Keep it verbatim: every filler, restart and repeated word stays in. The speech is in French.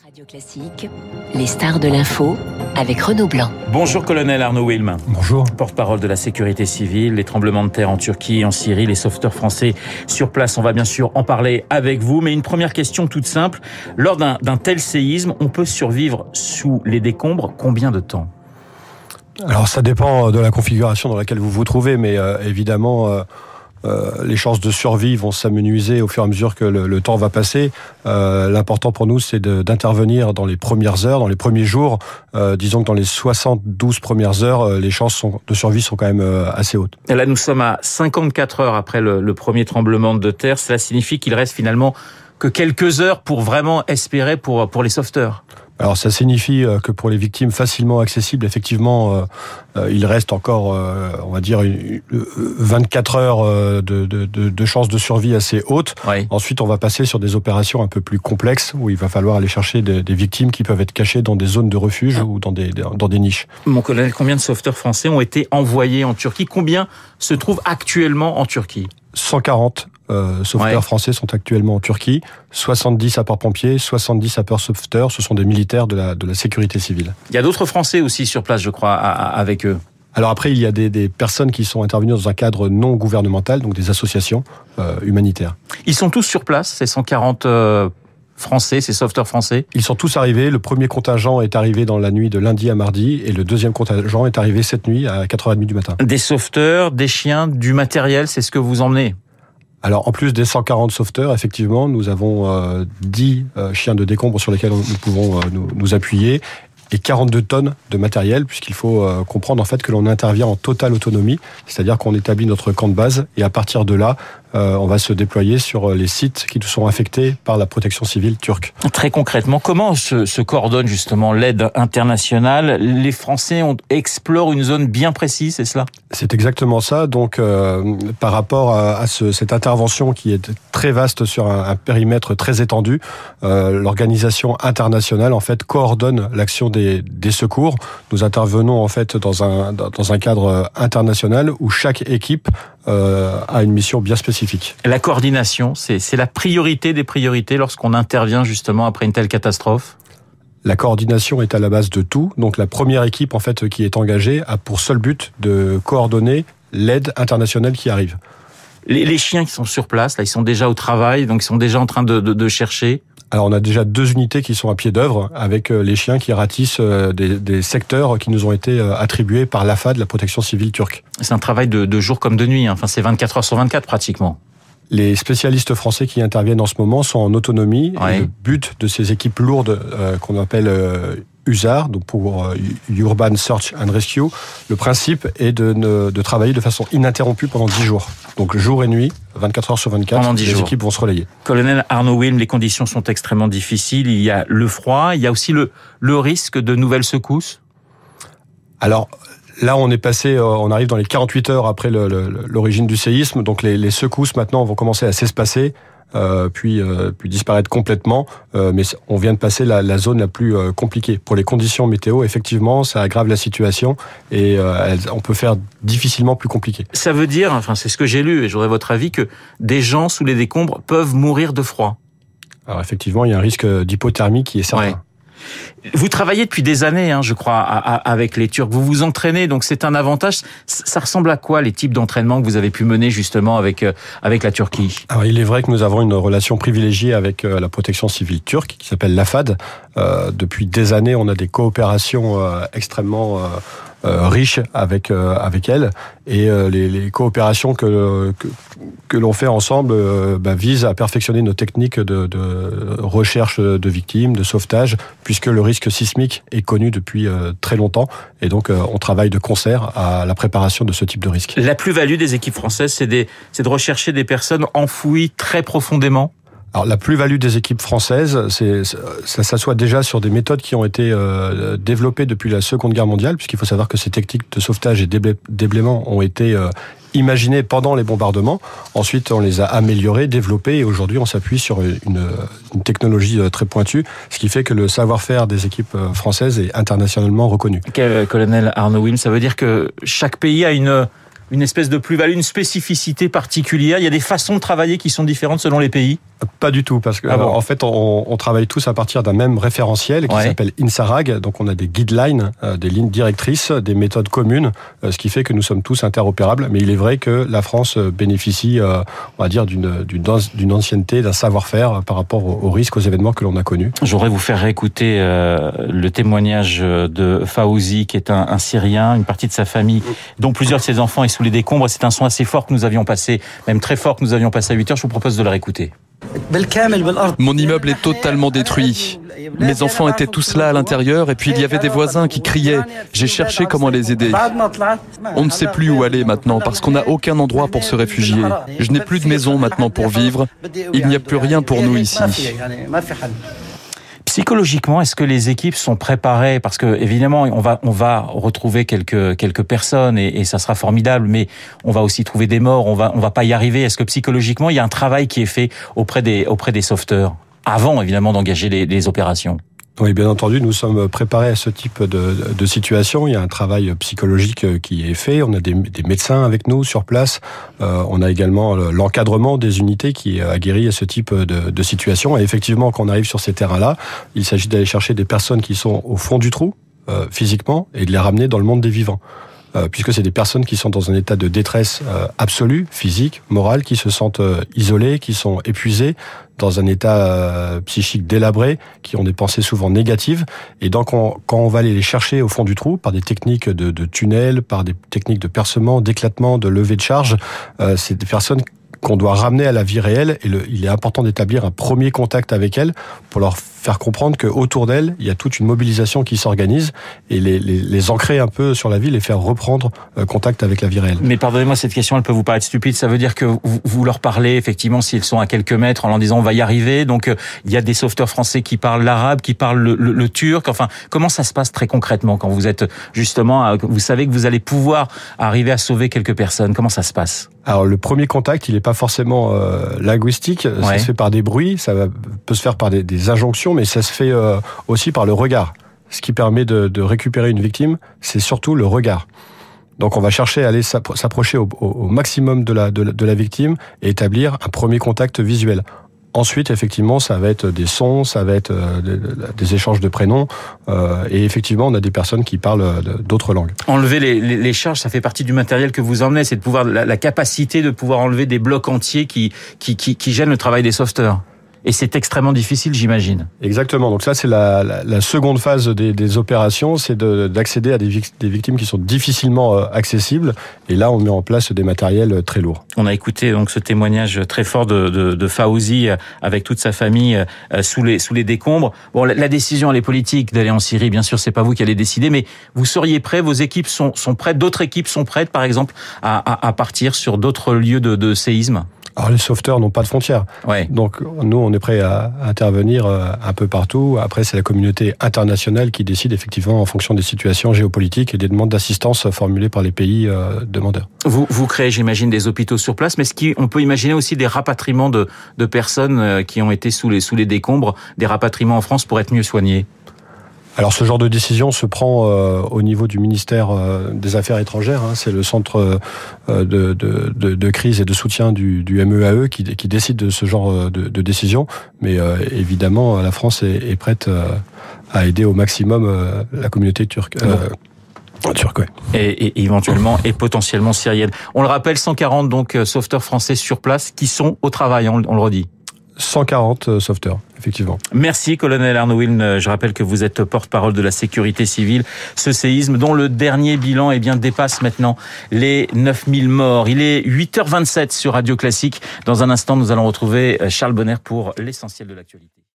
Radio Classique, les stars de l'info avec Renaud Blanc. Bonjour colonel Arnaud Wilm. Bonjour. Porte-parole de la sécurité civile, les tremblements de terre en Turquie, en Syrie, les sauveteurs français sur place. On va bien sûr en parler avec vous, mais une première question toute simple. Lors d'un, d'un tel séisme, on peut survivre sous les décombres combien de temps ? Alors ça dépend de la configuration dans laquelle vous vous trouvez, mais euh, évidemment... Euh, Euh, les chances de survie vont s'amenuiser au fur et à mesure que le, le temps va passer. Euh, l'important pour nous, c'est de, d'intervenir dans les premières heures, dans les premiers jours. Euh, disons que dans les soixante-douze premières heures, euh, les chances sont, de survie sont quand même euh, assez hautes. Et là, nous sommes à cinquante-quatre heures après le, le premier tremblement de terre. Cela signifie qu'il reste finalement que quelques heures pour vraiment espérer pour, pour les sauveteurs. Alors ça signifie que pour les victimes facilement accessibles, effectivement, euh, euh, il reste encore, euh, on va dire, une, une, vingt-quatre heures de, de, de, de chances de survie assez hautes. Oui. Ensuite, on va passer sur des opérations un peu plus complexes, où il va falloir aller chercher des, des victimes qui peuvent être cachées dans des zones de refuge ah. ou dans des, dans des niches. Mon colonel, combien de sauveteurs français ont été envoyés en Turquie ? Combien se trouvent actuellement en Turquie ? cent quarante euh, sauveteurs ouais. français sont actuellement en Turquie, soixante-dix sapeurs-pompiers, soixante-dix sapeurs-sauveteurs, ce sont des militaires de la, de la sécurité civile. Il y a d'autres Français aussi sur place, je crois, à, à, avec eux. Alors après, il y a des, des personnes qui sont intervenues dans un cadre non gouvernemental, donc des associations euh, humanitaires. Ils sont tous sur place, ces cent quarante euh, Français, ces sauveteurs français ? Ils sont tous arrivés. Le premier contingent est arrivé dans la nuit de lundi à mardi et le deuxième contingent est arrivé cette nuit à quatre heures trente du matin. Des sauveteurs, des chiens, du matériel, c'est ce que vous emmenez ? Alors, en plus des cent quarante sauveteurs, effectivement, nous avons euh, dix euh, chiens de décombres sur lesquels nous pouvons euh, nous, nous appuyer et quarante-deux tonnes de matériel, puisqu'il faut euh, comprendre en fait que l'on intervient en totale autonomie, c'est-à-dire qu'on établit notre camp de base et à partir de là, euh, on va se déployer sur les sites qui sont affectés par la protection civile turque. Très concrètement, comment se, se coordonne justement l'aide internationale ? Les Français ont, explorent une zone bien précise, c'est cela ? C'est exactement ça. Donc, euh, par rapport à, à ce, cette intervention qui est très vaste sur un, un périmètre très étendu, euh, l'organisation internationale en fait coordonne l'action des, des secours. Nous intervenons en fait dans un dans un cadre international où chaque équipe euh, a une mission bien spécifique. La coordination, c'est, c'est la priorité des priorités lorsqu'on intervient justement après une telle catastrophe ? La coordination est à la base de tout. Donc la première équipe en fait qui est engagée a pour seul but de coordonner l'aide internationale qui arrive. Les, les chiens qui sont sur place, là, ils sont déjà au travail, donc ils sont déjà en train de, de, de chercher. Alors on a déjà deux unités qui sont à pied d'œuvre avec les chiens qui ratissent des, des secteurs qui nous ont été attribués par l'A F A D, la protection civile turque. C'est un travail de, de jour comme de nuit, hein. Enfin c'est vingt-quatre heures sur vingt-quatre pratiquement. Les spécialistes français qui interviennent en ce moment sont en autonomie. Ouais. Et le but de ces équipes lourdes euh, qu'on appelle euh, U S A R, donc pour euh, Urban Search and Rescue, le principe est de, ne, de travailler de façon ininterrompue pendant dix jours. Donc jour et nuit, vingt-quatre heures sur vingt-quatre, pendant dix les jours. Équipes vont se relayer. Colonel Arnaud Wilm, les conditions sont extrêmement difficiles. Il y a le froid, il y a aussi le, le risque de nouvelles secousses. Alors là, on est passé, on arrive dans les quarante-huit heures après le, le, l'origine du séisme, donc les, les secousses maintenant vont commencer à s'espacer, euh, puis, euh, puis disparaître complètement. Euh, mais on vient de passer la, la zone la plus euh, compliquée. Pour les conditions météo, effectivement, ça aggrave la situation et euh, on peut faire difficilement plus compliqué. Ça veut dire, enfin c'est ce que j'ai lu et j'aurais votre avis, que des gens sous les décombres peuvent mourir de froid. Alors effectivement, il y a un risque d'hypothermie qui est certain. Ouais. Vous travaillez depuis des années, hein, je crois, à, à, avec les Turcs. Vous vous entraînez, donc c'est un avantage. Ça ressemble à quoi les types d'entraînement que vous avez pu mener justement avec euh, avec la Turquie ? Alors il est vrai que nous avons une relation privilégiée avec euh, la protection civile turque qui s'appelle l'A F A D. Euh, depuis des années, on a des coopérations euh, extrêmement euh, euh, riches avec euh, avec elle et euh, les, les coopérations que, que que l'on fait ensemble euh, bah, visent à perfectionner nos techniques de, de recherche de victimes, de sauvetage, puisque le risque sismique est connu depuis euh, très longtemps et donc euh, on travaille de concert à la préparation de ce type de risque. La plus-value des équipes françaises, c'est, des, c'est de rechercher des personnes enfouies très profondément. Alors la plus-value des équipes françaises, c'est, ça s'assoit déjà sur des méthodes qui ont été euh, développées depuis la Seconde Guerre mondiale, puisqu'il faut savoir que ces techniques de sauvetage et déblai, déblaiement ont été euh, imaginées pendant les bombardements. Ensuite, on les a améliorées, développées, et aujourd'hui, on s'appuie sur une, une technologie très pointue, ce qui fait que le savoir-faire des équipes françaises est internationalement reconnu. Okay, colonel Arnaud Wilm, ça veut dire que chaque pays a une une espèce de plus-value, une spécificité particulière. Il y a des façons de travailler qui sont différentes selon les pays. Pas du tout, parce que ah bon. en fait, on, on travaille tous à partir d'un même référentiel qui ouais. s'appelle INSARAG. Donc, on a des guidelines, euh, des lignes directrices, des méthodes communes, euh, ce qui fait que nous sommes tous interopérables. Mais il est vrai que la France bénéficie, euh, on va dire, d'une, d'une, d'une ancienneté, d'un savoir-faire par rapport aux, aux risques, aux événements que l'on a connus. J'aurais vous faire réécouter euh, le témoignage de Fawzi, qui est un, un Syrien, une partie de sa famille, dont plusieurs de ses enfants est sous les décombres. C'est un son assez fort que nous avions passé, même très fort que nous avions passé à huit heures. Je vous propose de le réécouter. Mon immeuble est totalement détruit. Mes enfants étaient tous là à l'intérieur et puis il y avait des voisins qui criaient. J'ai cherché comment les aider. On ne sait plus où aller maintenant parce qu'on n'a aucun endroit pour se réfugier. Je n'ai plus de maison maintenant pour vivre. Il n'y a plus rien pour nous ici. Psychologiquement, est-ce que les équipes sont préparées? Parce que évidemment, on va on va retrouver quelques quelques personnes et, et ça sera formidable, mais on va aussi trouver des morts. On va on va pas y arriver. Est-ce que psychologiquement, il y a un travail qui est fait auprès des auprès des sauveteurs avant évidemment d'engager les, les opérations? Oui, bien entendu, nous sommes préparés à ce type de, de situation. Il y a un travail psychologique qui est fait. On a des, des médecins avec nous sur place. Euh, on a également l'encadrement des unités qui est aguerri à ce type de, de situation. Et effectivement, quand on arrive sur ces terrains-là, il s'agit d'aller chercher des personnes qui sont au fond du trou, euh, physiquement, et de les ramener dans le monde des vivants. Euh, puisque c'est des personnes qui sont dans un état de détresse euh, absolue, physique, morale, qui se sentent euh, isolées, qui sont épuisées, dans un état euh, psychique délabré, qui ont des pensées souvent négatives. Et donc, on, quand on va aller les chercher au fond du trou, par des techniques de, de tunnel, par des techniques de percement, d'éclatement, de levée de charge, euh, c'est des personnes qu'on doit ramener à la vie réelle, et le, il est important d'établir un premier contact avec elles pour leur faire comprendre qu'autour d'elles, il y a toute une mobilisation qui s'organise, et les, les, les ancrer un peu sur la vie, les faire reprendre contact avec la vie réelle. Mais pardonnez-moi, cette question, elle peut vous paraître stupide. Ça veut dire que vous, vous leur parlez, effectivement, s'ils sont à quelques mètres, en leur disant on va y arriver. Donc, il y a des sauveteurs français qui parlent l'arabe, qui parlent le, le, le turc. Enfin, comment ça se passe très concrètement quand vous êtes justement, vous savez que vous allez pouvoir arriver à sauver quelques personnes? Comment ça se passe? Alors, le premier contact, il n'est pas forcément euh, linguistique. Ouais. Ça se fait par des bruits, ça va, peut se faire par des, des injonctions, mais ça se fait euh, aussi par le regard. Ce qui permet de, de récupérer une victime, c'est surtout le regard. Donc, on va chercher à aller s'approcher au, au, au maximum de la, de, la, de la victime et établir un premier contact visuel. Ensuite, effectivement, ça va être des sons, ça va être des, des échanges de prénoms, euh, et effectivement, on a des personnes qui parlent d'autres langues. Enlever les, les, les charges, ça fait partie du matériel que vous emmenez, c'est de pouvoir la, la capacité de pouvoir enlever des blocs entiers qui qui qui, qui gênent le travail des sauveteurs. Et c'est extrêmement difficile, j'imagine. Exactement. Donc ça, c'est la, la, la seconde phase des, des opérations, c'est de, d'accéder à des, des victimes qui sont difficilement euh, accessibles. Et là, on met en place des matériels très lourds. On a écouté donc ce témoignage très fort de, de, de Fawzi avec toute sa famille euh, sous les sous les décombres. Bon, la, la décision, elle est politique d'aller en Syrie. Bien sûr, c'est pas vous qui allez décider, mais vous seriez prêts. Vos équipes sont sont prêtes. D'autres équipes sont prêtes, par exemple, à, à, à partir sur d'autres lieux de, de séisme. Alors les sauveteurs n'ont pas de frontières, ouais. Donc nous on est prêt à intervenir un peu partout. Après c'est la communauté internationale qui décide effectivement en fonction des situations géopolitiques et des demandes d'assistance formulées par les pays euh, demandeurs. Vous vous créez, j'imagine, des hôpitaux sur place, mais ce qui on peut imaginer aussi des rapatriements de de personnes qui ont été sous les sous les décombres, des rapatriements en France pour être mieux soignés. Alors ce genre de décision se prend euh, au niveau du ministère euh, des Affaires étrangères. Hein, c'est le centre euh, de, de, de, de crise et de soutien du, du M E A E qui, qui décide de ce genre de, de décision. Mais euh, évidemment, la France est, est prête euh, à aider au maximum euh, la communauté turque. Euh, Turc, ouais. et, et éventuellement et potentiellement syrienne. On le rappelle, cent quarante donc sauveteurs français sur place qui sont au travail. On, on le redit. cent quarante sauveteurs, effectivement. Merci, colonel Arnaud Wiln. Je rappelle que vous êtes porte-parole de la sécurité civile. Ce séisme, dont le dernier bilan eh bien, dépasse maintenant les neuf mille morts. Il est huit heures vingt-sept sur Radio Classique. Dans un instant, nous allons retrouver Charles Bonner pour l'essentiel de l'actualité.